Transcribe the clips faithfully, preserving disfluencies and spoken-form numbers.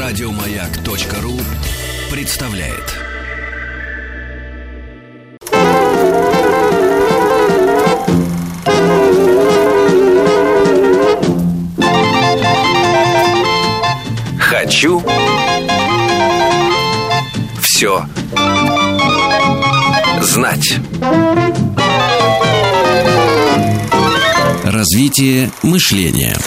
Радиомаяк.ру представляет. Хочу все знать. Развитие мышления.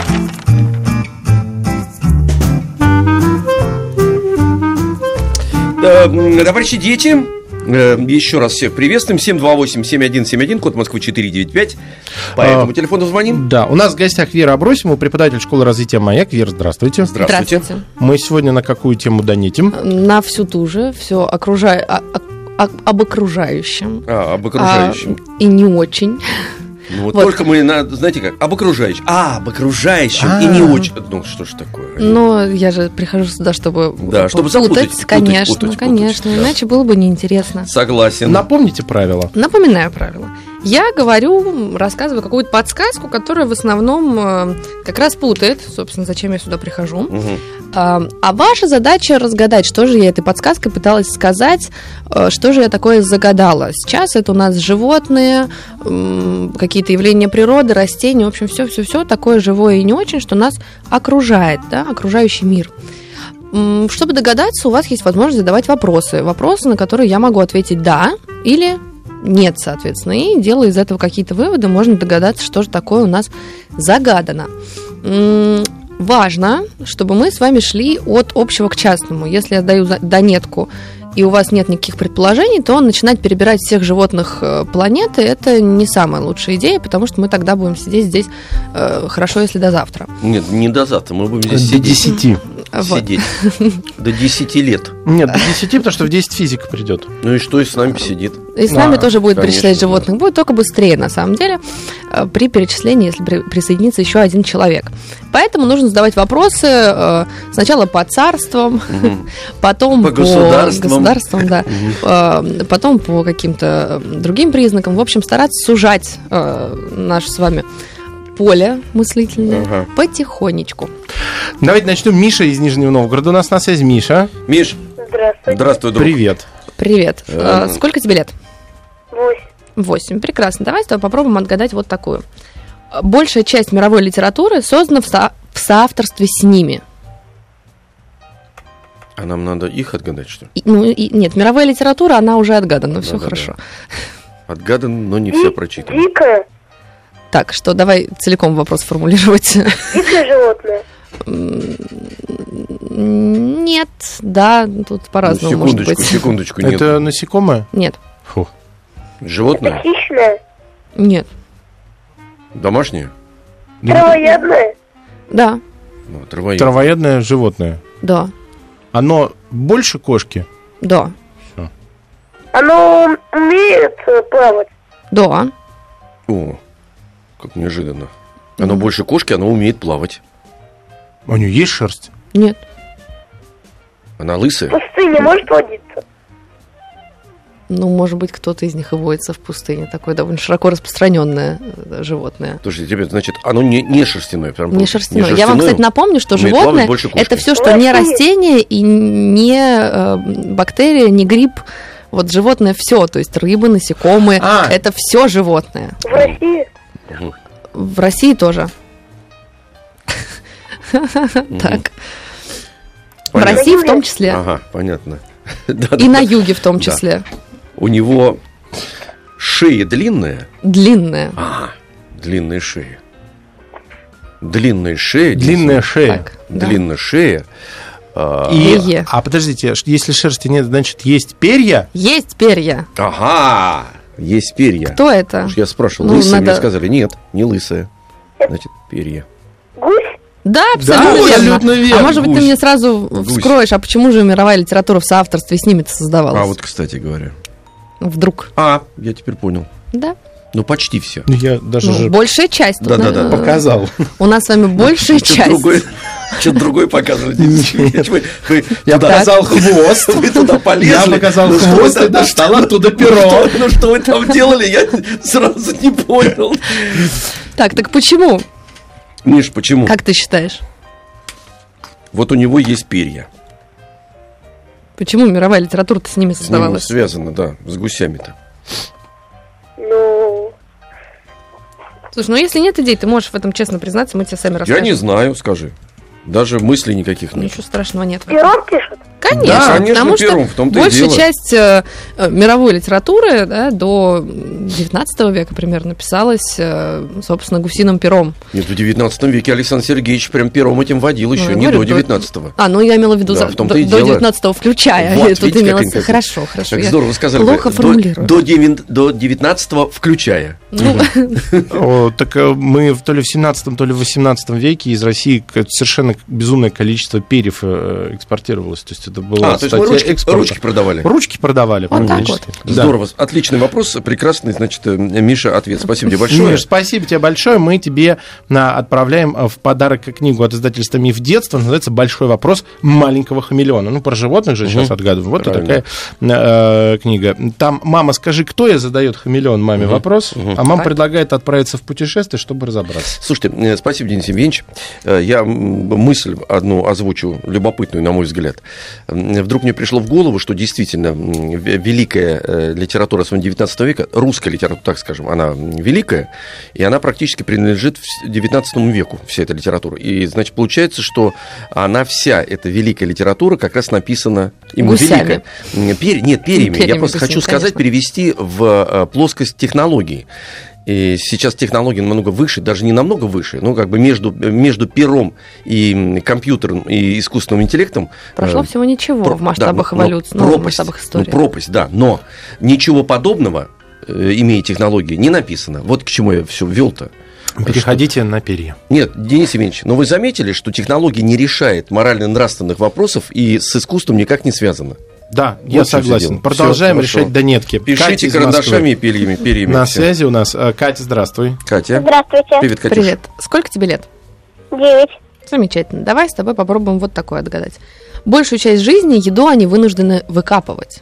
Товарищи дети, еще раз всех приветствуем. семь два восемь семь один семь один, код Москвы четыре девять пять. По этому а, телефону звоним. Да, у нас в гостях Вера Абросимова, преподаватель школы развития «Маяк». Вера, здравствуйте. Здравствуйте. Здравствуйте. Мы сегодня на какую тему донетим? На всю ту же, все окружа... а, а, об окружающем. А, об окружающем. А, и не очень. Ну, вот, вот только мы, на, знаете как, об окружающем. А, об окружающем А-а-а. и не очень. Ну, что ж такое? Но я же прихожу сюда, чтобы, да, чтобы путать, запутать, путать, конечно, путать, конечно, путать, иначе было бы неинтересно. Согласен. Напомните правила. Напоминаю правила. Я говорю, рассказываю какую-то подсказку, которая в основном э, как раз путает, собственно, зачем я сюда прихожу. Угу. А, а ваша задача разгадать, что же я этой подсказкой пыталась сказать, э, что же я такое загадала. Сейчас это у нас животные, э, какие-то явления природы, растения, в общем, все-все-все такое живое и не очень, что нас окружает, да, окружающий мир. Чтобы догадаться, у вас есть возможность задавать вопросы. Вопросы, на которые я могу ответить «да» или «нет», соответственно. И делая из этого какие-то выводы, можно догадаться, что же такое у нас загадано. Важно, чтобы мы с вами шли от общего к частному. Если я даю «да-нетку», и у вас нет никаких предположений, то начинать перебирать всех животных планеты – это не самая лучшая идея, потому что мы тогда будем сидеть здесь э, хорошо, если до завтра. Нет, не до завтра, мы будем здесь До сидеть. десяти. Вот. Сидеть. До десяти лет. Нет, до десяти, потому что в десять физика придет. Ну и что, и с нами посидит? И с нами А, тоже будет конечно, перечислять животных. Будет только быстрее, на самом деле, э, при перечислении, если при- присоединится еще один человек. Поэтому нужно задавать вопросы э, сначала по царствам, потом По по государствам. государствам, да, э, потом по каким-то другим признакам. В общем, стараться сужать э, наше с вами поле мыслительное Ага. потихонечку. Давайте начнем. Миша из Нижнего Новгорода. У нас на связи Миша. Миш, Здравствуйте. здравствуй, друг. Привет. Привет. Э, Э, Сколько тебе лет? Восемь. Восемь. Прекрасно. Давай с тобой попробуем отгадать вот такую. Большая часть мировой литературы создана в, со- в соавторстве с ними. А нам надо их отгадать, что ли? И- ну, и- нет, мировая литература, она уже отгадана, все Да-да-да. хорошо. Отгадан, но не все прочитано. Дикое. Так, что давай целиком вопрос формулировать. Дикое животное. М, Нет, да, тут Ну, по-разному может секундочку, быть. секундочку, нет. Это насекомое? Нет, Фу. Животное? Хищное. нет, Домашнее? Травоядное. да, Ну, травоед. Травоядное животное. да, Оно больше кошки? да, Оно умеет э, плавать. да. О, как неожиданно. Оно больше кошки, оно умеет плавать. У нее есть шерсть? Нет, Она В лысая? пустыне может водиться. ну, может быть, кто-то из них и водится в пустыне. Такое довольно широко распространенное э, животное. Слушайте, тебе, значит, оно не, не шерстяное. Прям Не просто. шерстяное. Я вам, кстати, напомню, что умеет животное плавать больше кошки. это все, что не растение и не э, бактерия, не гриб. Вот животное все, то есть рыбы, насекомые, А. это все животное. В России. В России тоже. Так. В Понятно. России в том числе. Ага, понятно. Да, И да, на да. юге в том Да. числе. У него шея длинная. Длинная. А, длинная шея. Длинная шея. Длинная шея. Так, да. Длинная шея. а, И, Е. а подождите, ш- если шерсти нет, значит, есть перья? Есть перья. Ага, есть перья. Кто это? Уж я спрашивал, Ну, лысая, мне надо- сказали, нет, не лысая. Значит, перья. Гусь. Да, абсолютно, Да, верно. абсолютно верно. А может быть, Гусь. ты мне сразу вскроешь, а почему же мировая литература в соавторстве с ними-то создавалась? А вот, кстати говоря. Вдруг. А, я теперь понял. Да. Ну, почти все. Я даже Ну, же большая часть. тут, Да-да-да. наверное, показал. У нас с вами большая Что-то часть. другое, что-то другое показываете. Вы- вы Я туда- показал хвост. Вы туда полезли. Я показал Ну, что хвост вы и там- достал ну, оттуда ну, перо. что- Ну, что вы там делали, я сразу не понял. Так, так почему? Миш, почему? Как ты считаешь? Вот у него есть перья. Почему мировая литература-то с ними С ним создавалась? связано, да, с гусями-то. Ну, Слушай, ну если нет идей, ты можешь в этом честно признаться, мы тебе сами Я расскажем. не знаю, скажи. Даже мыслей никаких нет. Ничего страшного нет. в этом. пером пишут? Конечно, Да, конечно, потому пером, в что том-то и большая дело. часть э, э, мировой литературы, да, до девятнадцатого века примерно писалась, э, собственно, гусиным пером. Нет, в девятнадцатом веке Александр Сергеевич прям пером этим водил еще, Ну, я не говорю, до до- девятнадцатого. А, ну я имела в виду Да, за- в том-то до, и до дело. девятнадцатого включая. Вот, Тут видите, имела... как они- Хорошо, хорошо. Так я здорово сказали. плохо До- формулирую. До, девин- до девятнадцатого включая. Ну, О, так э, мы в- то ли в семнадцатом, то ли в восемнадцатом веке из России к- совершенно безумное количество перьев э, экспортировалось. То есть это была А, то есть мы статья ручки, экспорта. ручки продавали. Ручки продавали. Вот так практически. Да. Здорово. Отличный вопрос. Прекрасный, значит, э, Миша, ответ. Спасибо тебе большое. Миш, спасибо тебе большое. Мы тебе а, отправляем а, в подарок книгу от издательства «Миф детства». Называется «Большой вопрос маленького хамелеона». Ну, про животных же сейчас отгадываем. Вот и Правильно. такая э, книга. Там «Мама, скажи, кто я?» задает хамелеон маме вопрос, а мама Так. предлагает отправиться в путешествие, чтобы разобраться. Слушайте, э, спасибо, Денис Евгеньевич. Э, Я м, мысль одну озвучу, любопытную, на мой взгляд. М, Вдруг мне пришло в голову, что действительно м, ве- великая э, литература своего девятнадцатого века, русская литература, так скажем, она м, великая, и она практически принадлежит вс- девятнадцатому веку, вся эта литература. И, значит, получается, что она вся, эта великая литература, как раз написана именно Гусями. великая. М, Перь- нет, перьями. Перьями Я просто гусями, хочу сказать, конечно. перевести в э, плоскость технологий. И сейчас технологии намного выше, даже не намного выше, но как бы между, между пером и м, компьютером и искусственным интеллектом прошло э, всего ничего про- в масштабах да, но эволюции, ну, в пропасть, масштабах истории. ну, пропасть, да, но ничего подобного, э, имея технологии, не написано. Вот к чему я все ввел-то. Переходите на перья. Нет, Денис Евгеньевич, но вы заметили, что технология не решает морально-нравственных вопросов и с искусством никак не связана? Да, Вот я в чем всё согласен. дело. Продолжаем Всё, хорошо. решать донетки. Пишите Катя из карандашами Москвы. и перьями. перьями На всё. связи у нас э, Катя, здравствуй. Катя. Здравствуйте. Привет, Катюш. Привет. Сколько тебе лет? Девять. Замечательно. Давай с тобой попробуем вот такое отгадать. Большую часть жизни еду они вынуждены выкапывать.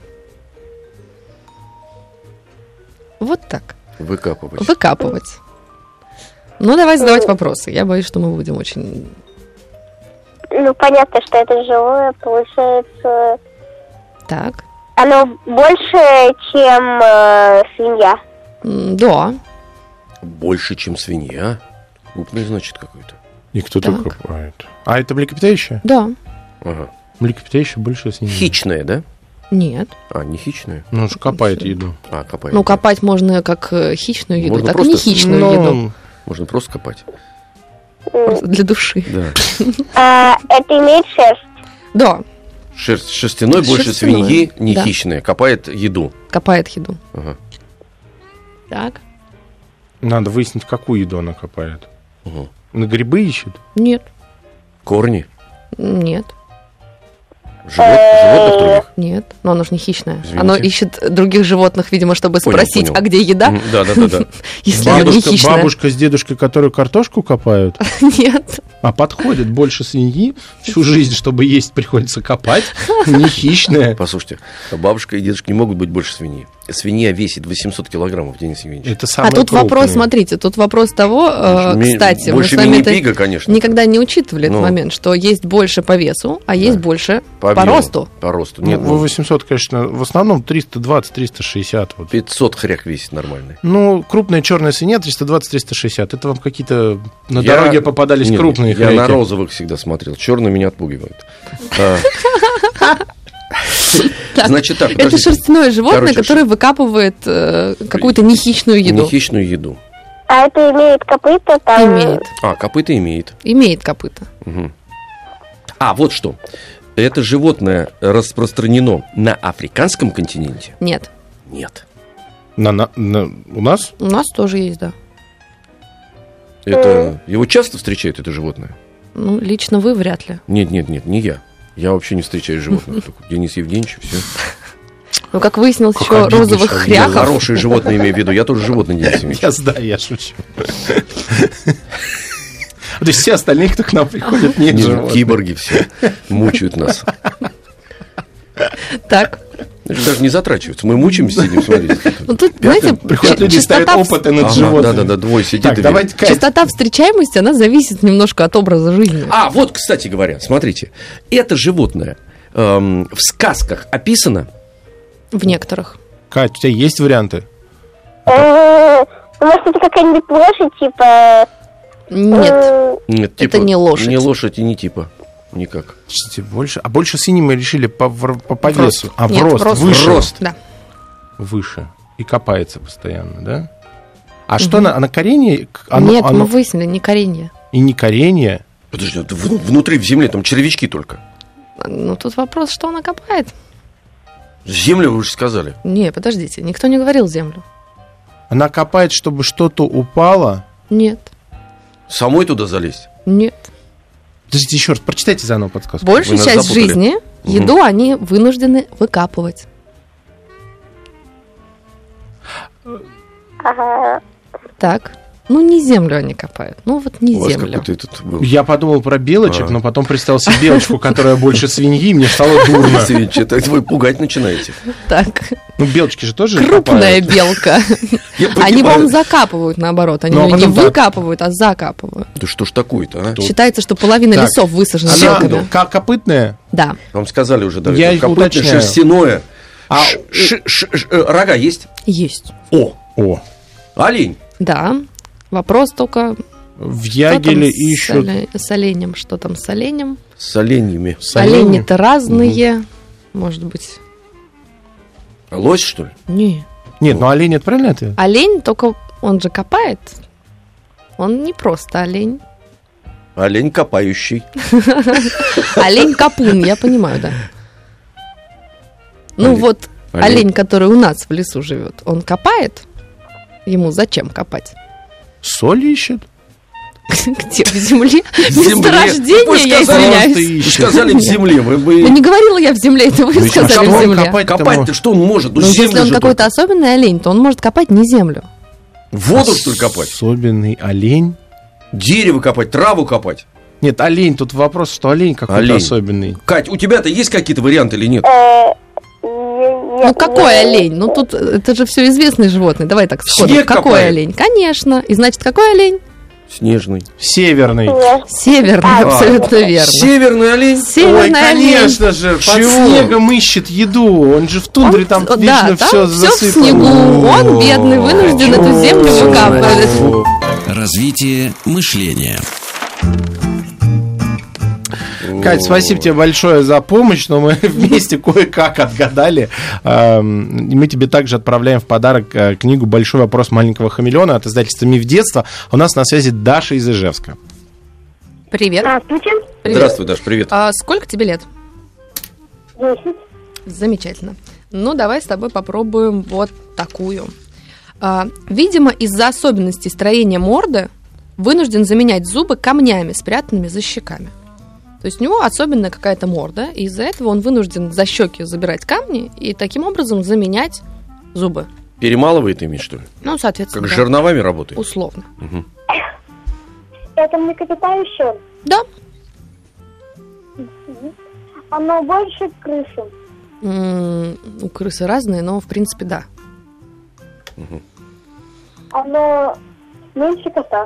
Вот так. Выкапывать. Выкапывать. Ну, давай задавать вопросы. Я боюсь, что мы будем очень... Ну, понятно, что это живое, получается... Так. Оно больше, чем э, свинья. М, Да. Больше, чем свинья. Крупный, значит, какой-то. И кто Так. только копает. А это млекопитающее? Да. Ага. Млекопитающее больше свиньи. Хищная, да? Нет. А, не хищная. Ну, ж копает еду. А, копает. Ну, копать можно как э, хищную еду, Можно так и просто- не хищную Ну, еду. Можно просто копать. Просто для души. Да. А, это имеет шерсть. Да. Шерсть шерстяной, больше Шерстяной, свиньи, не да. хищная. Копает еду. Копает еду. Ага. Так. Надо выяснить, какую еду она копает. Угу. На грибы ищет? Нет. Корни. Нет. Живот, животных других. Нет. Но оно же не хищное. Извините. Оно ищет других животных, видимо, чтобы Понял, спросить, понял. а где еда, М, Да, да, да, да. если оно не Бабушка, хищное. бабушка с дедушкой, которые картошку копают, Нет. а подходит больше свиньи, всю жизнь, чтобы есть, приходится копать, не хищная. Послушайте, бабушка и дедушка не могут быть больше свиньи. Свинья весит восемьсот килограммов, Денис Евгеньевич. Это А самое тут вопрос, крупное. смотрите, тут вопрос того, э, Ми- кстати, мы больше с вами это мини-пига, конечно. никогда не учитывали Ну. этот момент, что есть больше по весу, а есть больше по, объему. росту. По росту. Ну, Нет, ну, восемьсот, конечно, в основном триста двадцать - триста шестьдесят. Вот. пятьсот хряк весит нормальный. Ну, крупная черная свинья триста двадцать - триста шестьдат. Это вам какие-то на Я- дороге попадались Нет, крупные Я хряки. на розовых всегда смотрел. Черные меня отпугивают. А. Значит так, Это подождите. шерстяное животное, Короче, которое выкапывает э, какую-то нехищную еду. Нехищную еду. А это имеет копыта там... Имеет. А, копыта имеет. Имеет копыта. А, вот что. Это животное распространено на африканском континенте? Нет. Нет. На- на- на- у нас? У нас тоже есть, да. Это его часто встречают, это животное? Ну, лично вы вряд ли. Нет, нет, нет, не я. Я вообще не встречаю животных. Только Денис Евгеньевич, все. Ну, как выяснилось, Как еще обидно розовых сейчас Я хряков. хорошие животные имею в виду. Я тоже животное, Денис Евгеньевич. Я знаю, я шучу. То есть все остальные, кто к нам приходят, нет Не, животных. киборги все мучают нас. Так. Это даже не затрачивается. Мы мучаемся, сидим, смотрите. Ну, тут, знаете, Приходят люди, ставят частота, опыты над Ага, животными. да-да-да, двое сидит Так, и давайте, Кать, частота встречаемости, она зависит немножко от образа жизни. А, вот, кстати говоря, смотрите. Это животное эм, в сказках описано. В некоторых. Кать, у тебя есть варианты? Э, Может, это какая-нибудь лошадь, типа... Нет. э, Нет, Это не лошадь. Не лошадь и не типа. Никак. Слушайте, больше, а больше синий мы решили по, в- по, по В рост. весу. А в Нет, рост, в рост. выше. В рост. Да. Выше. И копается постоянно, да? А что на, на коренье? Оно, Нет, оно- мы выяснили, не коренье. И не коренье. Подожди, это в- внутри в земле там червячки только. Ну, тут вопрос, что она копает. Землю вы же сказали. Не, подождите, никто не говорил землю. Она копает, чтобы что-то упало. Нет, Самой туда залезть. нет. Подождите, еще раз, прочитайте заново подсказку. Большую нас часть запутали. жизни еду они вынуждены выкапывать. Ага. Так. Ну, не землю они копают. Ну, вот не У вас землю. какой-то этот был. Я подумал про белочек, А. но потом представил себе белочку, которая больше свиньи, и мне стало дурно. Извините, это вы пугать начинаете. Так. Ну, белочки же тоже Крупная копают. белка. Я Они, понимаю. по-моему, закапывают, наоборот. Они Ну, а её не потом так. выкапывают, а закапывают. Да что ж такое-то, а? Считается, что половина Так. лесов высажена Она белками. ка- копытная? Да. Вам сказали уже, да. Я это их копытное, уточняю. шерстяное. А- Ш- ш- ш- ш- э, Рога есть? Есть. О, О, олень. Да. Вопрос только, в что там Ягеле с, ищут оле- с оленем. Что там с оленем? С оленями. с оленями. Олени-то разные. Может быть. Лось, что ли? Не. Нет, ну олень, это правильно ответ? Олень, только он же копает. Он не просто олень. Олень копающий. Олень-капун, я понимаю, да. Ну Олень. вот, Олень. олень, который у нас в лесу живет, он копает? Ему зачем копать? Соль ищет? Где? В земле? В земле. Месторождение, Вы я сказали, извиняюсь. Просто Вы ищет. сказали в земле. Вы, вы... Да не говорила я в земле, это вы Ну, а сказали что в он земле. копать-то Копать-то может? что он может? Ну, Ну, землю если он же какой-то только. особенный олень, то он может копать не землю. Воду, что ли, копать? Особенный олень? Дерево копать, траву копать. Нет, олень, тут вопрос, что олень какой-то Олень. особенный. Кать, у тебя-то есть какие-то варианты или нет? Э, Ну, какой олень? Ну, тут э, это же все известные животные. Давай так, сходу. Снег Какой копает. олень? Конечно. И значит, какой олень? Снежный. Северный. Северный, абсолютно верно. Северный олень? Ой, Северный олень. конечно же, под Чего? снегом ищет еду. Он же в тундре Он- там да, вечно там все всё в засыпано. снегу. Он, бедный, вынужден эту землю выкапывать. Развитие мышления. Кать, спасибо тебе большое за помощь, но мы вместе кое-как отгадали. Эм, и мы тебе также отправляем в подарок э, книгу «Большой вопрос маленького хамелеона» от издательства «Миф детства». У нас на связи Даша из Ижевска. Привет. Здравствуйте. Привет. Здравствуй, Даш, привет. А сколько тебе лет? Десять. Замечательно. Ну, давай с тобой попробуем вот такую. А, видимо, из-за особенностей строения морды вынужден заменять зубы камнями, спрятанными за щеками. То есть у него особенная какая-то морда, и из-за этого он вынужден за щеки забирать камни и таким образом заменять зубы. Перемалывает ими, что ли? Ну, соответственно, Как да, жерновами работает? условно. Это млекопитающее. Да. Оно больше крысы. М, У крысы разные, но в принципе да. Оно меньше кота.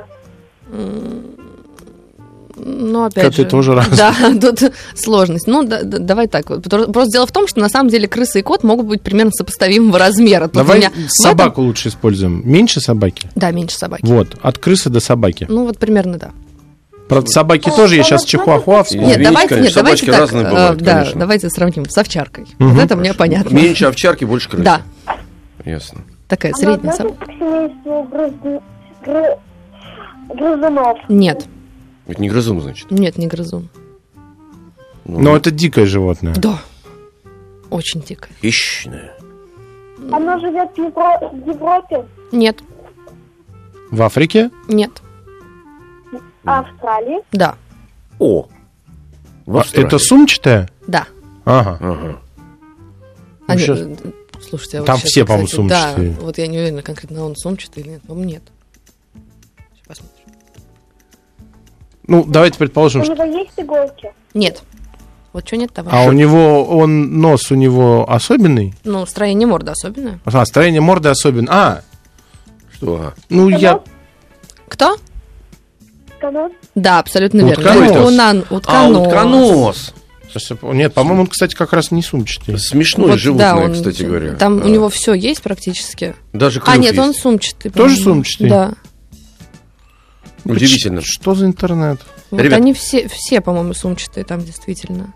Ну, опять Коты же... тоже разные. Да, тут сложность. Ну, да- да- давай так. вот. Просто просто дело в том, что на самом деле крыса и кот могут быть примерно сопоставимого размера. Тут у Давай меня в этом- собаку лучше используем. Меньше собаки? Да, меньше собаки. Вот, от крысы до собаки. Ну, вот примерно да. Правда, собаки тоже, я сейчас чихуахуа вспомнил. Извините, Нет, давайте, конечно, нет, давайте собачки так. разные э, бывают, да, конечно. давайте сравним с овчаркой. Мгм. Вот это мне понятно. Меньше овчарки, больше крысы. Да, Ясно. такая Оно средняя относится собака. к семейству грыз- гры- грызунов. Нет, Это не грызун, значит. нет, не грызун. Ну, Но это дикое животное. Да, очень дикая. хищное. Оно живет в, Евро- в Европе, Нет, В Африке? нет, Австралии. да, О! В А, Австралии. это сумчатое? да. Ага. Ага. Они- щас- э, Слушайте, а вот Там щас все, я, по-моему, кстати, да, сумчатые. вот я не уверена, конкретно он сумчатый или нет. По-моему, нет. Сейчас посмотрим. Ну, давайте предположим, У что... него есть иголки. Нет, Вот что нет того. А у него, он, нос у него особенный? Ну, строение морды особенное. А, строение морды особенное. А, Что? ну я... Кто? Утконос. Да, абсолютно верно. Утконос. Унан- А, утконос. утконос. Сейчас я- Нет, по-моему, он, кстати, как раз не сумчатый. Смешное Вот, животное, да, он- кстати говоря. Там Да. у него все есть практически. Даже клюв А, нет, есть. он сумчатый. Тоже по-моему. сумчатый? Да. Удивительно. Что за интернет? Вот Ребят. они все, все, по-моему, сумчатые там действительно.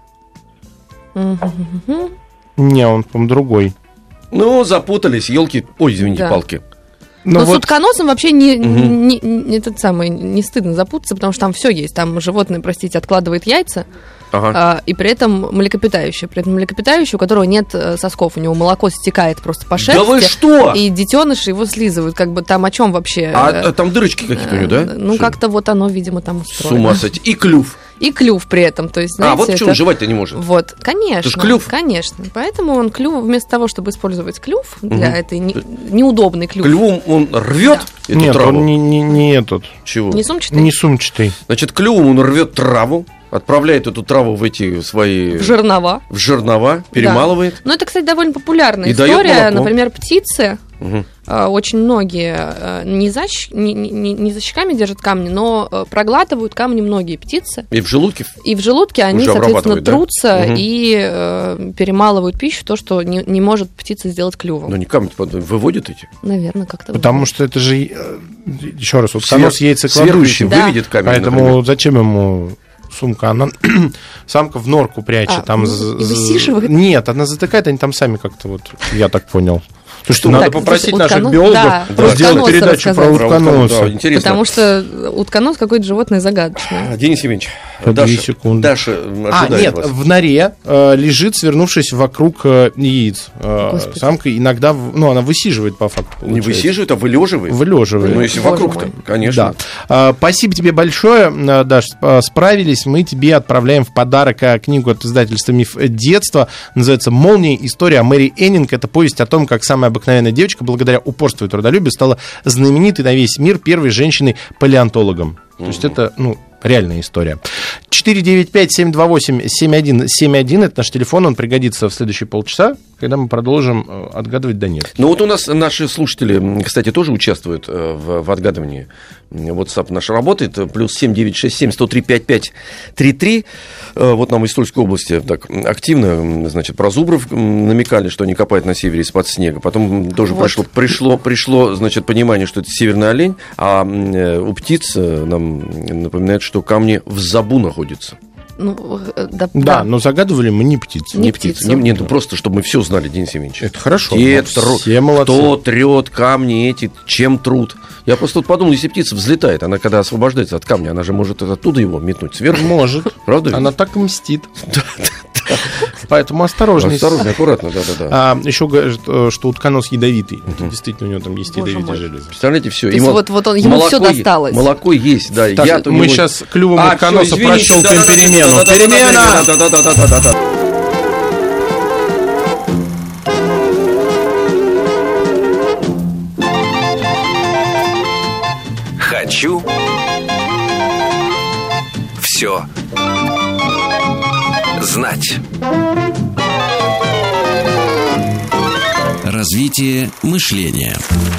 Мгм. Не, он, по-моему, другой. Ну, запутались, елки. Ой, извините, Да. палки. Ну Но с вот, утконосом вообще не, Мгм. не, не этот самый, не стыдно запутаться, потому что там все есть. Там животное, простите, откладывает яйца, Ага. а, и при этом млекопитающее. При этом млекопитающее, у которого нет э, сосков, у него молоко стекает просто по шерсти. Да вы что? И детеныши его слизывают. Как бы там о чем вообще? А, э, а там дырочки какие-то у него, да? Ну, Что? как-то вот оно, видимо, там С устроено. ума сойти. И клюв. И клюв при этом. То есть, А, знаете, вот почему это- он жевать-то не может. Вот, конечно. Это ж клюв. Конечно. Поэтому он клюв, вместо того, чтобы использовать клюв для Мгм. этой не- неудобный клюв. Клювом он рвет эту нет, траву. он не, не, не этот, Чего? Не сумчатый? не сумчатый. Значит, клювом он рвет траву, отправляет эту траву в эти свои... В жернова. в жернова, перемалывает. Ну, это, кстати, довольно популярная И дает история. молоко. Например, птицы. Мгм. э, Очень многие э, не за, щ- не, не- не- не за щеками держат камни, но э, проглатывают камни многие птицы. И в желудке. И в желудке они, Уже соответственно, обрабатывают, да? трутся Мгм. и э, перемалывают пищу, то, что не, не может птица сделать клювом. Но не камни выводят эти. Наверное, как-то. Потому что это же, э, еще раз, утконос Свер- яйцекладущий. сверху Да. выведет камень, Поэтому например. зачем ему сумка? Она самка в норку прячет. А, там ну, з- и з- высиживает? Нет, она затыкает, они там сами как-то вот, я так понял. Слушайте, Что, надо так, попросить слушай, наших утконос- биологов да, про сделать утконоса передачу про рассказать. Про утконос, утконоса. да, интересно. Потому что утконос какое-то животное загадочное. А, Денис Евгеньевич, Две Даша, секунды. Даша А, ожидает нет, вас. в норе э, лежит, свернувшись вокруг э, яиц. Э, Господи. самка иногда, в- ну, она высиживает по факту. Не получается. высиживает, а вылеживает. Вылеживает. Ну, если Боже вокруг-то, мой. конечно. Да. А, Спасибо тебе большое, а, Даш. сп- Справились. Мы тебе отправляем в подарок а, книгу от издательства «Миф детства». Называется «Молния. История о Мэри Эннинг». Это повесть о том, как самая обыкновенная девочка, благодаря упорству и трудолюбию, стала знаменитой на весь мир первой женщиной-палеонтологом. То есть это, ну, реальная история. четыре девять пять семь два восемь семь один семь один. Это наш телефон. Он пригодится в следующие полчаса, когда мы продолжим э, отгадывать да нет. Ну вот у нас наши слушатели, м, кстати, тоже участвуют э, в, в отгадывании. WhatsApp наш работает, э, плюс семь девять шесть семь сто три пять пять три три. Э, Вот нам из Тульской области так активно, м, значит, про зубров м, намекали, что они копают на севере из-под снега. Потом м, тоже Вот. пришло, пришло, пришло, значит, понимание, что это северный олень, а м, э, у птиц э, нам напоминает, что камни в забу находятся. Ну, э, да, Да, да. но загадывали мы не птицы. Не Не птицы. птицу. Не, не, ну просто, чтобы мы все знали, Денис Евгеньевич. Это хорошо. Где Ну, тру- все молодцы. Кто трет камни эти, чем труд. Я просто тут подумал, если птица взлетает, она когда освобождается от камня, она же может оттуда его метнуть сверху. Может. Правда? Она так и мстит. Поэтому осторожней. Осторожно, аккуратно, да-да-да. А, еще говорят, что утконос ядовитый. Действительно, у него там есть Боже ядовитое мой. железо. Представляете, все. То есть вот- вот он- ему всё досталось. Молоко есть, да. Так, яд у мы него- сейчас клювом А, утконоса всё, извините, прощелкаем да-да-да, перемену. да-да-да, Перемена! да-да-да-да-да-да. Хочу все знать. Развитие мышления.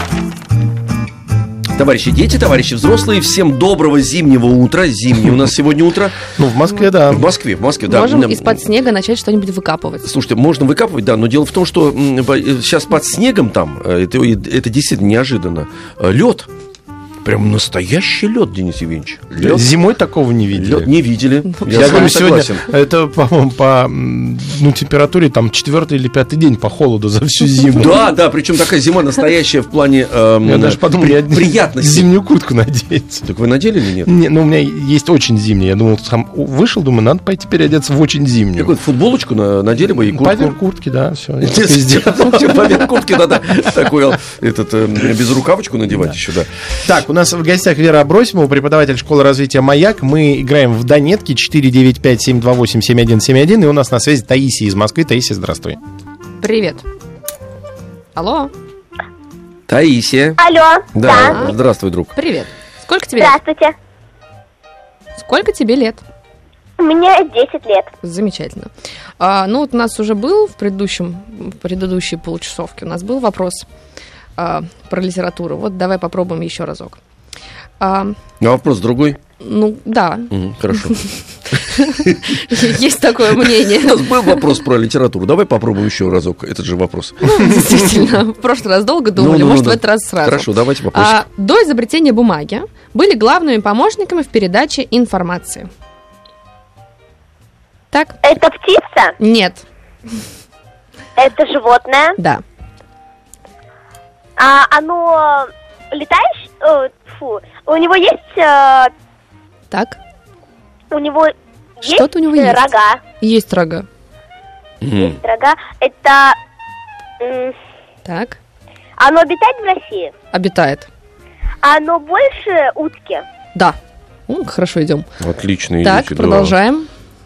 Товарищи дети, товарищи взрослые, всем доброго зимнего утра. Зимнее у нас сегодня утро. Ну, в Москве, да. В Москве, в Москве, да. Можем М, из-под снега начать что-нибудь выкапывать. Слушайте, можно выкапывать, да, но дело в том, что м, по- э, сейчас под снегом там, э, это, это действительно неожиданно, лед. Прям настоящий лед, Денис Евгеньевич. Лед. Зимой такого не видели. Лед не видели. Я, с вами говорю, сегодня согласен. это, по-моему, по м, ну, температуре там четвертый или пятый день по холоду за всю зиму. Да, да, причем такая зима настоящая в плане эм, Я даже подумал, при- я приятности. зимнюю куртку надеть. Так вы надели или нет? Не, ну, у меня есть очень зимняя. Я думал, сам вышел, думаю, надо пойти переодеться в очень зимнюю. Какую-то футболочку на- надели бы и куртку. Поверх куртки, да, все. Я так и сделал. Поверх куртки надо такую этот э, безрукавочку надевать еще, да. Так, у нас в гостях Вера Абросимова, преподаватель школы развития «Маяк». Мы играем в «Донетки» четыре девять пять семь два восемь семь один семь один. И у нас на связи Таисия из Москвы. Таисия, здравствуй. Привет. Алло. Таисия. Алло, Да, да. здравствуй, друг. Привет. Сколько тебе лет? Здравствуйте. Сколько тебе лет? Мне десять лет. Замечательно. А, ну, вот у нас уже был в предыдущем, в предыдущей получасовке, у нас был вопрос а, про литературу. Вот давай попробуем еще разок. А, А вопрос другой? ну, да, Мгм, хорошо. есть такое мнение. У нас был вопрос про литературу. Давай попробуем еще разок этот же вопрос. Ну, действительно, в прошлый раз долго думали, Ну, ну, может, ну, в да. этот раз сразу. Хорошо, давайте вопросик. А, до изобретения бумаги были главными помощниками в передаче информации. Так? Это птица? Нет. Это животное? Да. А оно летаешь? Э, фу. У него есть... э, Так. у него есть Что-то у него э, есть. рога. Есть рога. Мгм. Рога. Это... м, Так. оно обитает в России? Обитает. Оно больше утки? Да. Ну, хорошо, идем. Отлично. Так, идите, да. продолжаем.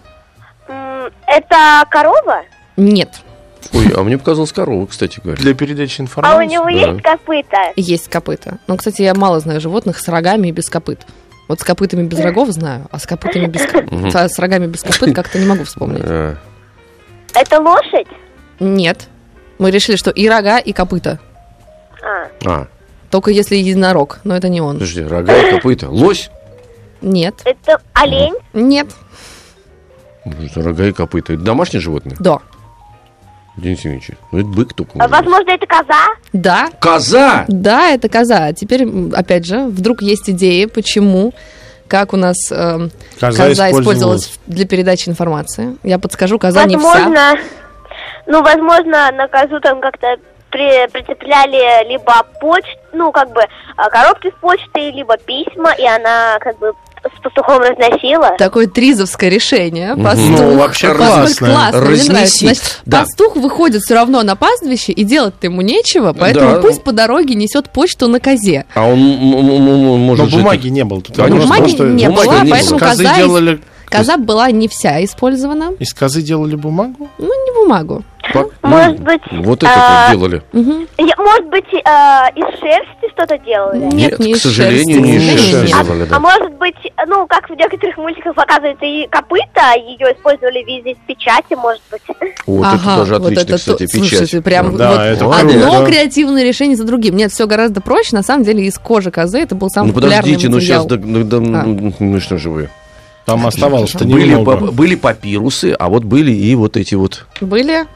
М, это корова? Нет. Ой, а мне показалось корова, кстати говоря. Для передачи А у информации. него да. есть копыта? Есть копыта. Но, кстати, я мало знаю животных с рогами и без копыт. Вот с копытами без рогов знаю, а с копытами без ко- Мгм. с, с рогами без копыт как-то не могу вспомнить. А, Это лошадь? Нет. Мы решили, что и рога, и копыта. А. а, Только если единорог, но это не он. подожди, рога и копыта. Лось? Нет. Это олень? Нет. Может, рога и копыта. Это домашнее животное? Да. Денис Евгеньевич, ну это бык только. А, возможно, это коза? Да. Коза! Да, это коза. Теперь, м, опять же, вдруг есть идеи, почему, как у нас эм, Коза коза, использовалась. использовалась для передачи информации. Я подскажу, коза не вся. Возможно, ну, возможно, на козу там как-то при- прицепляли либо почту, ну, как бы, а, коробки с почтой, либо письма, и она, как бы, с пастухом разносила. Такое тризовское решение. Мгм. Пастух. Ну, вообще Насколько классно. классно, мне Разнеси. нравится. Значит, Да. пастух выходит все равно на пастбище, и делать-то ему нечего, поэтому Да. пусть по дороге несет почту на козе. А он м- м- м- Но может же бумаги не было. Тут Конечно. вопрос в том, Бумаги что не бумаги было, не поэтому из козы коза, из- делали... коза была не вся использована. Из козы делали бумагу? Ну, не бумагу. Как? Может Ну, быть, Вот это а, вот делали. Мгм. Я- может быть, э, из шерсти что-то делали? Нет, не к из сожалению, шерсти. не из Нет, шерсти нет. делали, А да. может быть, ну, как в некоторых мультиках показывается, и копыта, ее использовали в виде печати, может быть. Вот это Ага, тоже вот отлично, это кстати, то- слушайте, печать. прям Да, вот это одно круто. креативное решение за другим. Нет, все гораздо проще. На самом деле из кожи козы это был самый Ну популярный подождите, ну сейчас, материал. А. ну что же вы. Там оставалось-то Были, немного. па- были папирусы, а вот были и вот эти вот, Были?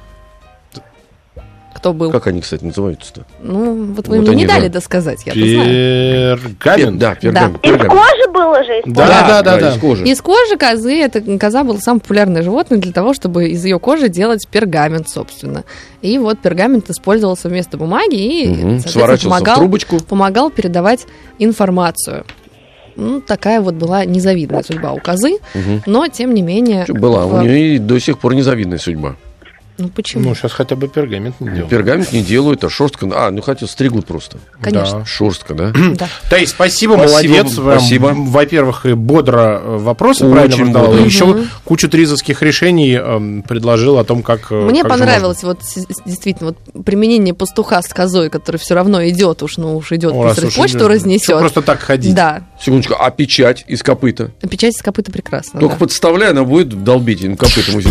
Кто был? как они, кстати, называются-то? Ну, вот вы Вот мне они, не дали да. досказать, я-то знаю. Пергамент? Да, пергамент. Из пергамент. кожи было же использовано. Да, да, да, да. из кожи. Из кожи козы, это коза была самое популярное животное для того, чтобы из ее кожи делать пергамент, собственно. И вот пергамент использовался вместо бумаги и, Мгм. соответственно, Сворачивался в помогал, трубочку. помогал передавать информацию. Ну, такая вот была незавидная судьба у козы, Мгм. но, тем не менее... Чё, Была, в- у нее и до сих пор незавидная судьба. Ну, почему? Ну, сейчас хотя бы пергамент не делают. Пергамент не делают, а шерстка... А, ну хотя стригут просто. Конечно. Да. Шерстка, да? Да. Таис, спасибо, Спасибо, молодец. Прям, спасибо. Во-первых, и бодро э, вопросы Очень правильно задавал, бодро. и еще кучу тризовских решений эм, предложил о том, как... э, Мне как же понравилось вот с- с- действительно вот применение пастуха с козой, который все равно идет, уж ну уж идет, можно- О, раз быстро уж почту идет. разнесет. Чё просто так ходить. Да, Секундочку, а печать из копыта? печать из копыта прекрасно. Только да. подставляй, она будет долбить им копытом.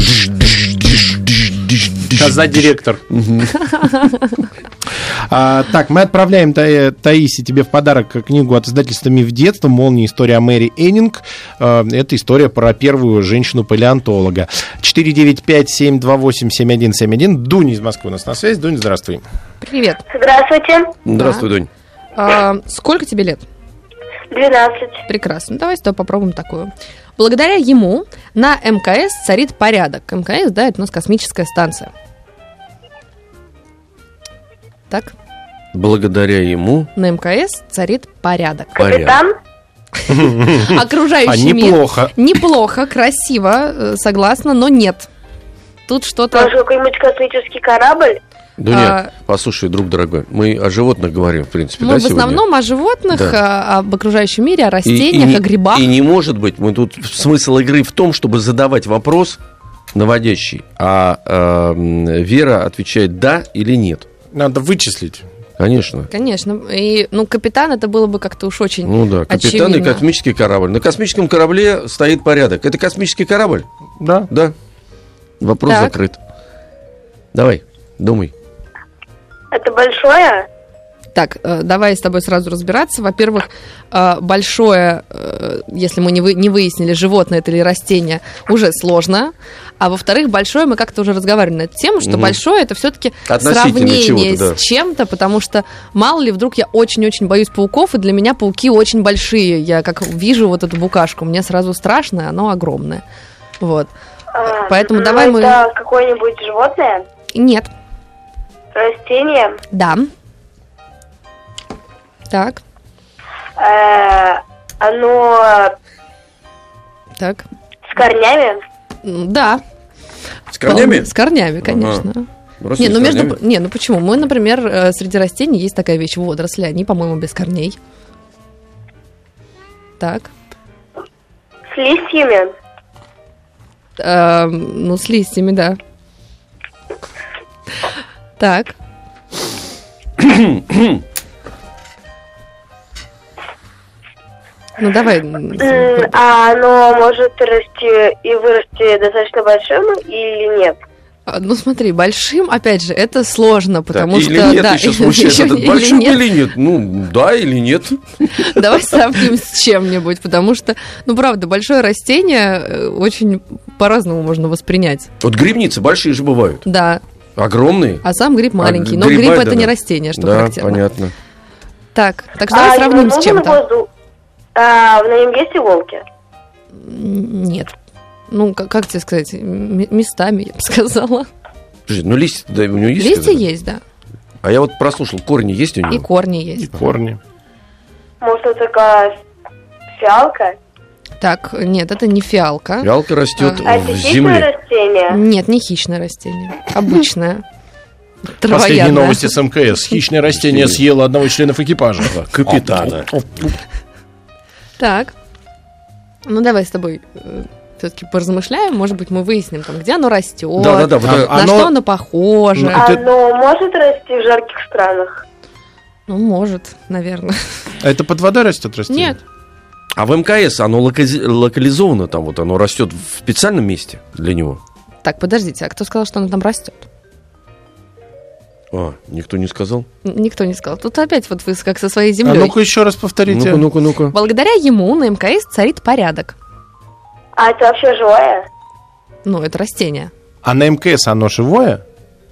Коза-директор. А, так, мы отправляем, Та- Таисе, тебе в подарок книгу от издательства «Миф детства» «Молния. История Мэри Эннинг». А, это история про первую женщину-палеонтолога. четыре девять пять семь два восемь семь один семь один. Дуня из Москвы у нас на связи. Дуня, здравствуй. Привет. Здравствуйте. Здравствуй, Донь. А, сколько тебе лет? двенадцать. Прекрасно. Давай с тобой попробуем такую. Благодаря ему на МКС царит порядок. МКС, да, это у нас космическая станция. Так, Благодаря ему на МКС царит порядок. порядок. Капитан? Окружающий А мир. неплохо. Неплохо, красиво, э, согласна, но нет. Тут что-то... Может, какой-нибудь космический корабль? Дуня, А- послушай, друг дорогой, мы о животных говорим, в принципе, Мы да, в основном о животных, Да. а, об окружающем мире, о И- растениях, и не- о грибах. И не может быть, мы тут смысл игры в том, чтобы задавать вопрос наводящий, а э, Вера отвечает да или нет. Надо вычислить. Конечно. Конечно. И, ну, капитан это было бы как-то уж очень Ну да, капитан очевидно. и космический корабль. На космическом корабле стоит порядок. Это космический корабль? Да. Да. Вопрос Так. закрыт. Давай, думай. Это большое? Так, э, давай с тобой сразу разбираться. Во-первых, э, большое, э, если мы не, вы, не выяснили, животное это или растение, уже сложно. А во-вторых, большое, мы как-то уже разговаривали на эту тему, что Мгм. большое это все-таки Относительно сравнение чего-то, да. с чем-то, потому что мало ли вдруг я очень-очень боюсь пауков, и для меня пауки очень большие. Я как вижу вот эту букашку, мне сразу страшно, оно огромное. Вот. А, Поэтому ну, давай мы- это какое-нибудь животное? Нет. Растение? Да. Так, Э, оно так. с корнями? М, Да. С корнями? С корнями, конечно. Растут Не, с ну между, корнями? не, ну почему? Мы, например, э, среди растений есть такая вещь, водоросли, они, по-моему, без корней. Так, С листьями? Эм, ну с листьями, да. Так, ну давай. м, М, А оно может расти и вырасти достаточно большим или нет? а, Ну смотри, большим, опять же, это сложно, потому Так, что или нет, да, еще смущает ещё этот или большим нет. или нет? Ну, да или нет. Давай сравним с чем-нибудь, потому что, ну правда, большое растение э, очень по-разному можно воспринять. Вот грибницы большие же бывают. Да, Огромные. а сам гриб маленький. А Но гриба гриб это это не да. растение, что Да, характерно. понятно. Так, так давай а сравним его с нужен чем-то. воздух? А, на нем есть иголки? М, Нет. Ну, как, как тебе сказать, м- местами, я бы сказала. Подожди, ну листья да, у него есть? Листья сказали? есть, да. А я вот прослушал, корни есть у него? И корни И есть. корни. Может, это такая фиалка? Так, нет, это не фиалка. Фиалка растет А это в хищное земле. растение? Нет, не хищное растение. Обычное. Последние Травоядное. новости с МКС. Хищное растение съело одного из членов экипажа. Капитана. Так. Ну, давай с тобой все-таки поразмышляем. Может быть, мы выясним, там, где оно растет. Да-да-да. вот А- это- На Оно- что оно похоже. Ну, А это- Оно может расти в жарких странах? Ну, может, наверное. Это под водой растет растение? Нет. А в МКС оно локази- локализовано там, вот оно растет в специальном месте для него? Так, подождите, а кто сказал, что оно там растет? А, никто не сказал? Н- Никто не сказал. Тут опять вот вы как со своей А землей. ну-ка еще раз повторите. Ну-ка, ну-ка, ну-ка. Благодаря ему на МКС царит порядок. А это вообще живое? Ну, это растение. А на МКС оно живое?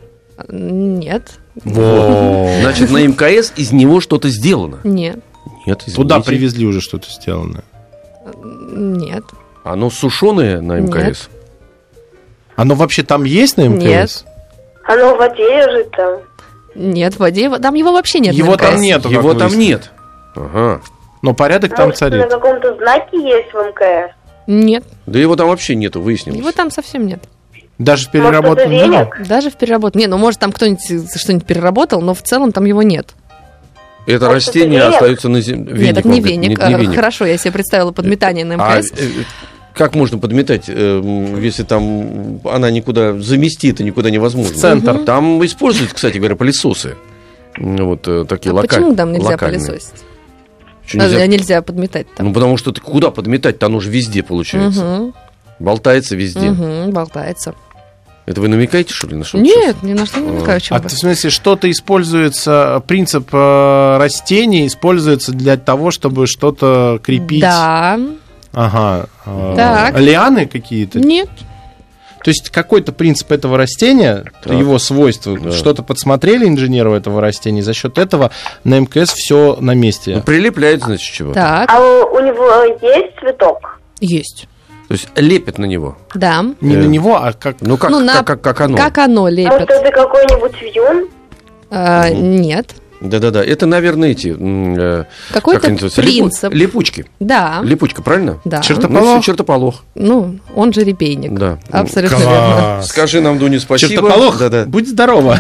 Нет. Во. Значит, на МКС из него что-то сделано? Нет. Нет, извините. Туда привезли уже что-то сделанное. Нет. Оно сушеное на МКС? Нет. Оно вообще там есть на МКС? Нет. Оно в воде лежит там? Нет, в воде. его- Там его вообще нет. на Его там МКС. нету, как Его там выяснилось. нет. Ага. Но порядок там Может, на царит. каком-то знаке есть в МКС? Нет. Да его там вообще нету, выяснилось. Его там совсем нет. Даже в Может, это переработанном виде? веник? Даже в переработке. Не, ну может там кто-нибудь что-нибудь переработал, но в целом там его нет. Это Может, растение это веник? остается на земле. Нет, это не веник. А, Хорошо, я себе представила подметание на А МКС. э, как можно подметать, э, если там она никуда замести, это никуда невозможно? В центр. Там используют, кстати говоря, пылесосы. М, Вот э, такие А локальные. почему там нельзя локальные. пылесосить? Что, А, нельзя? Нельзя подметать там. Ну, потому что ты куда подметать-то? Оно же везде получается. Мгм, Болтается везде. мгм, болтается. Это вы намекаете, что ли, на что-то? Нет, ни на что не намекаю, чем А вы. в смысле, что-то используется, принцип э, растений используется для того, чтобы что-то крепить? Да. Ага. э, Так. Лианы какие-то? Нет. То есть какой-то принцип этого растения, Так. его свойства, Да. что-то подсмотрели инженеры этого растения, и за счет этого на МКС все на месте. Ну, прилепляют, значит, чего? Так, А у, у него есть цветок? есть. То есть лепят на него. Да. Не Э, на него, а как... Ну, как, Ну, на- как, как, как оно? Как оно Может, лепит? это какой-нибудь вьюн? А, нет. Да-да-да. Это, наверное, эти... м, э, Какой-то как они называются? Липу- принцип. Липучки. Да. Липучка, правильно? Да. Чертополох. Ну, все, чертополох. Ну, он же репейник. Да. Абсолютно Класс. верно. Скажи нам, Дуня, спасибо. Чертополох, Да-да. будь здорова.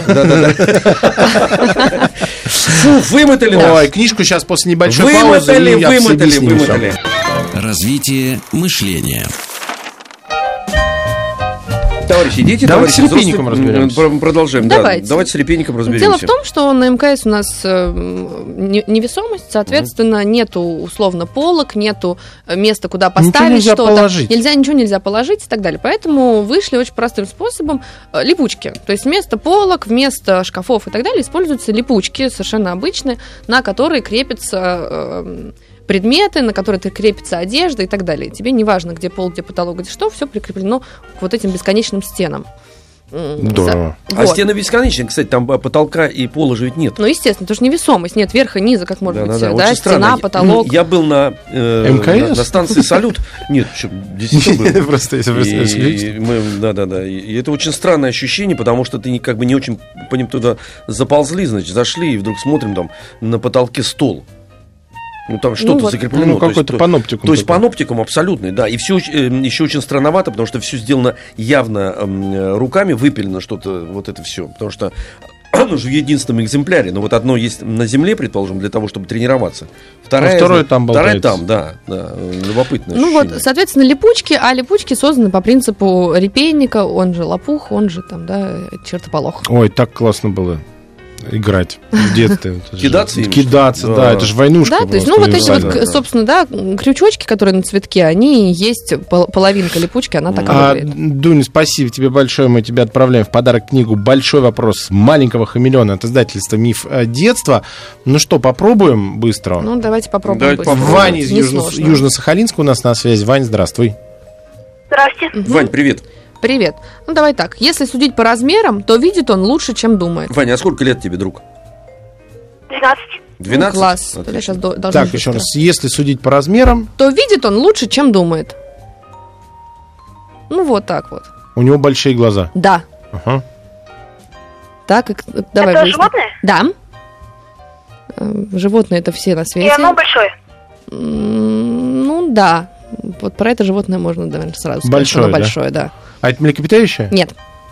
Фу, вымотали нас. Ой, книжку сейчас после небольшой паузы Вымотали, и вымотали, объясним всё. вымотали. Развитие мышления. Товарищи, идите, Давайте товарищи, с репейником взрослые, разберемся. м, Продолжаем. Давайте. Да, давайте с репейником разберемся. Дело в том, что на МКС у нас э, не- невесомость, соответственно, нету условно полок, нету э, места, куда Ничего поставить нельзя что-то. положить. Нельзя, ничего нельзя положить и так далее. Поэтому вышли очень простым способом э, липучки. То есть вместо полок, вместо шкафов и так далее используются липучки, совершенно обычные, на которые крепятся э, предметы, на которые крепится одежда и так далее. Тебе не важно, где пол, где потолок, где что, все прикреплено к вот этим бесконечным стенам. М, Здорово. А вот. стены бесконечные, кстати, там а, потолка и пола же ведь нет. Ну, естественно, потому что невесомость. Нет верха, низа, как может быть, Да-да-да, да, очень стена, странно. потолок. Я был на, э, МКС? на, на станции «Салют». Нет, что, действительно был. Просто если вы И- слышите. и мы- Да-да-да. И это очень странное ощущение, потому что ты не- как бы не очень по ним туда заползли, значит, зашли, и вдруг смотрим, там на потолке стол. Ну, там что-то вот. закреплено. Ну, то есть, какой-то то- паноптикум То есть такой. паноптикум абсолютный, да. И все еще очень странновато, потому что все сделано явно эм, руками, выпилено что-то, вот это все. Потому что оно же в единственном экземпляре. Но вот одно есть на земле, предположим, для того, чтобы тренироваться. Вторая, А второе там Вторая болтается. там, да. да любопытное Ну ощущение. вот, соответственно, липучки, а липучки созданы по принципу репейника, он же лопух, он же там, да, чертополох. Ой, так классно было играть в детстве. Это же- Кидаться ими, Кидаться, что ли? да, Да. это же войнушка Да, то есть, была, ну вот эти что ли, вот, да. к- собственно, да, крючочки, которые на цветке, они есть пол- половинка липучки, она так и А, выглядит. Дуня, спасибо тебе большое. Мы тебе отправляем в подарок книгу «Большой вопрос маленького хамелеона» от издательства «Миф э, детства». Ну что, попробуем быстро? Ну, давайте попробуем. Давайте быстро. попробуем. Ваня из Южно- Несложно. Южно-Сахалинска у нас на связи. Вань, здравствуй. Здравствуйте. Вань, привет. Привет. Ну, давай так. Если судить по размерам, то видит он лучше, чем думает. Ваня, а сколько лет тебе, друг? двенадцать. двенадцать? Ну, класс. Отлично. Я сейчас должна Так, быстро. еще раз. Если судить по размерам, То видит он лучше, чем думает. Ну, вот так вот. у него большие глаза. Да. Ага. Так, и к- давай Это выясним. животное? Да. Э, Животные это все на И свете. оно большое. М, Ну, да. Вот про это животное можно, наверное, сразу сказать. Большое, Оно да? большое, да. А это млекопитающее? Нет.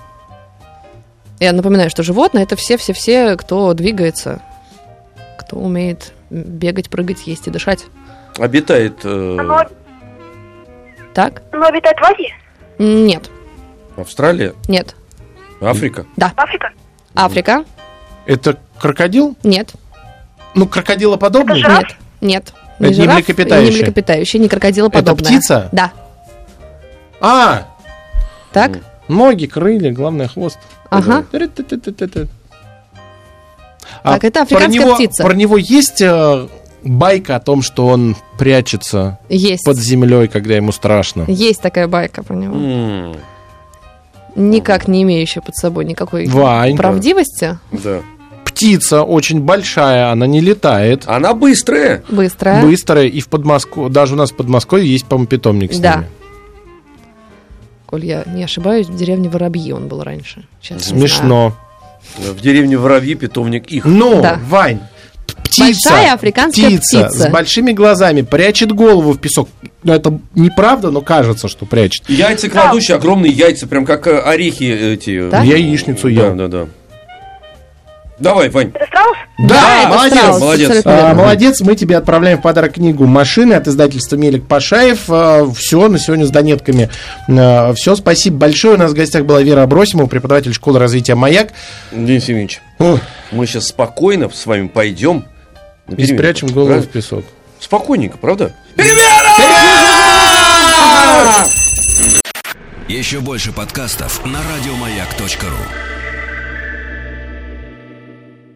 Я напоминаю, что животные это все-все-все, кто двигается, кто умеет бегать, прыгать, есть и дышать. Обитает э, Оно, Так? оно обитает в Азии? Нет. Австралия, Нет. Африка. Да. Африка? Африка? Это крокодил? Нет. Ну, крокодилоподобный? Это жираф? Нет. Нет. Это не жираф, млекопитающее? Не млекопитающее, не крокодилоподобное. Это птица? Да. А, Так? ноги, крылья, главное, хвост. Ага. Тыры-ты-ты-ты-ты. Так, это про африканская него, птица. Про него есть э, байка о том, что он прячется Есть. под землей, когда ему страшно? Есть такая байка про него. М, Никак не имеющая под собой никакой Ванька. правдивости. Да. Птица очень большая, она не летает. Она быстрая. Быстрая. Быстрая, и в Подмосковье, даже у нас в Подмосковье есть, по-моему, питомник с Да. ними. Коль я не ошибаюсь, в деревне Воробьи он был раньше. Сейчас не знаю. Смешно. В деревне Воробьи питомник их. Ну, Да. Вань, птица, Большая африканская птица. с большими глазами прячет голову в песок. Ну, это неправда, но кажется, что прячет. Яйца кладущие, огромные яйца, прям как э, орехи эти. Да? Яичницу Да, ел. да, да. Давай, Вань. Это страус? Да, это молодец. страус, Молодец. абсолютно А, верно. молодец, мы тебе отправляем в подарок книгу «Машины» от издательства «Мелик Пашаев». Все, на сегодня с донетками. Все, спасибо большое. У нас в гостях была Вера Абросимова, преподаватель школы развития «Маяк». Денис Евгеньевич, Ой, мы сейчас спокойно с вами пойдем. на и перемену. спрячем голову Правильно? в песок. Спокойненько, правда? Еще больше подкастов на радиомаяк точка ру.